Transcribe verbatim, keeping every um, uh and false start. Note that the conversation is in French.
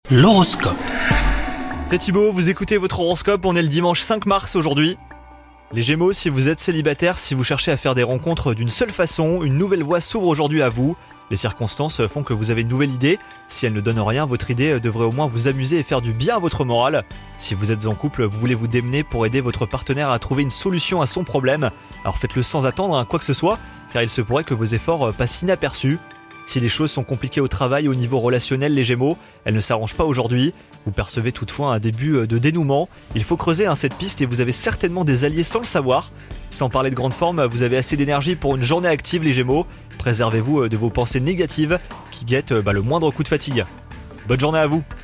L'horoscope. C'est Thibaut, vous écoutez votre horoscope, on est le dimanche cinq mars aujourd'hui. Les Gémeaux, si vous êtes célibataire, si vous cherchez à faire des rencontres d'une seule façon, une nouvelle voie s'ouvre aujourd'hui à vous. Les circonstances font que vous avez une nouvelle idée. Si elle ne donne rien, votre idée devrait au moins vous amuser et faire du bien à votre morale. Si vous êtes en couple, vous voulez vous démener pour aider votre partenaire à trouver une solution à son problème. Alors faites-le sans attendre hein, quoi que ce soit, car il se pourrait que vos efforts passent inaperçus. Si les choses sont compliquées au travail au niveau relationnel, les Gémeaux, elles ne s'arrangent pas aujourd'hui. Vous percevez toutefois un début de dénouement. Il faut creuser hein, cette piste et vous avez certainement des alliés sans le savoir. Sans parler de grande forme, vous avez assez d'énergie pour une journée active, les Gémeaux. Préservez-vous de vos pensées négatives qui guettent bah, le moindre coup de fatigue. Bonne journée à vous!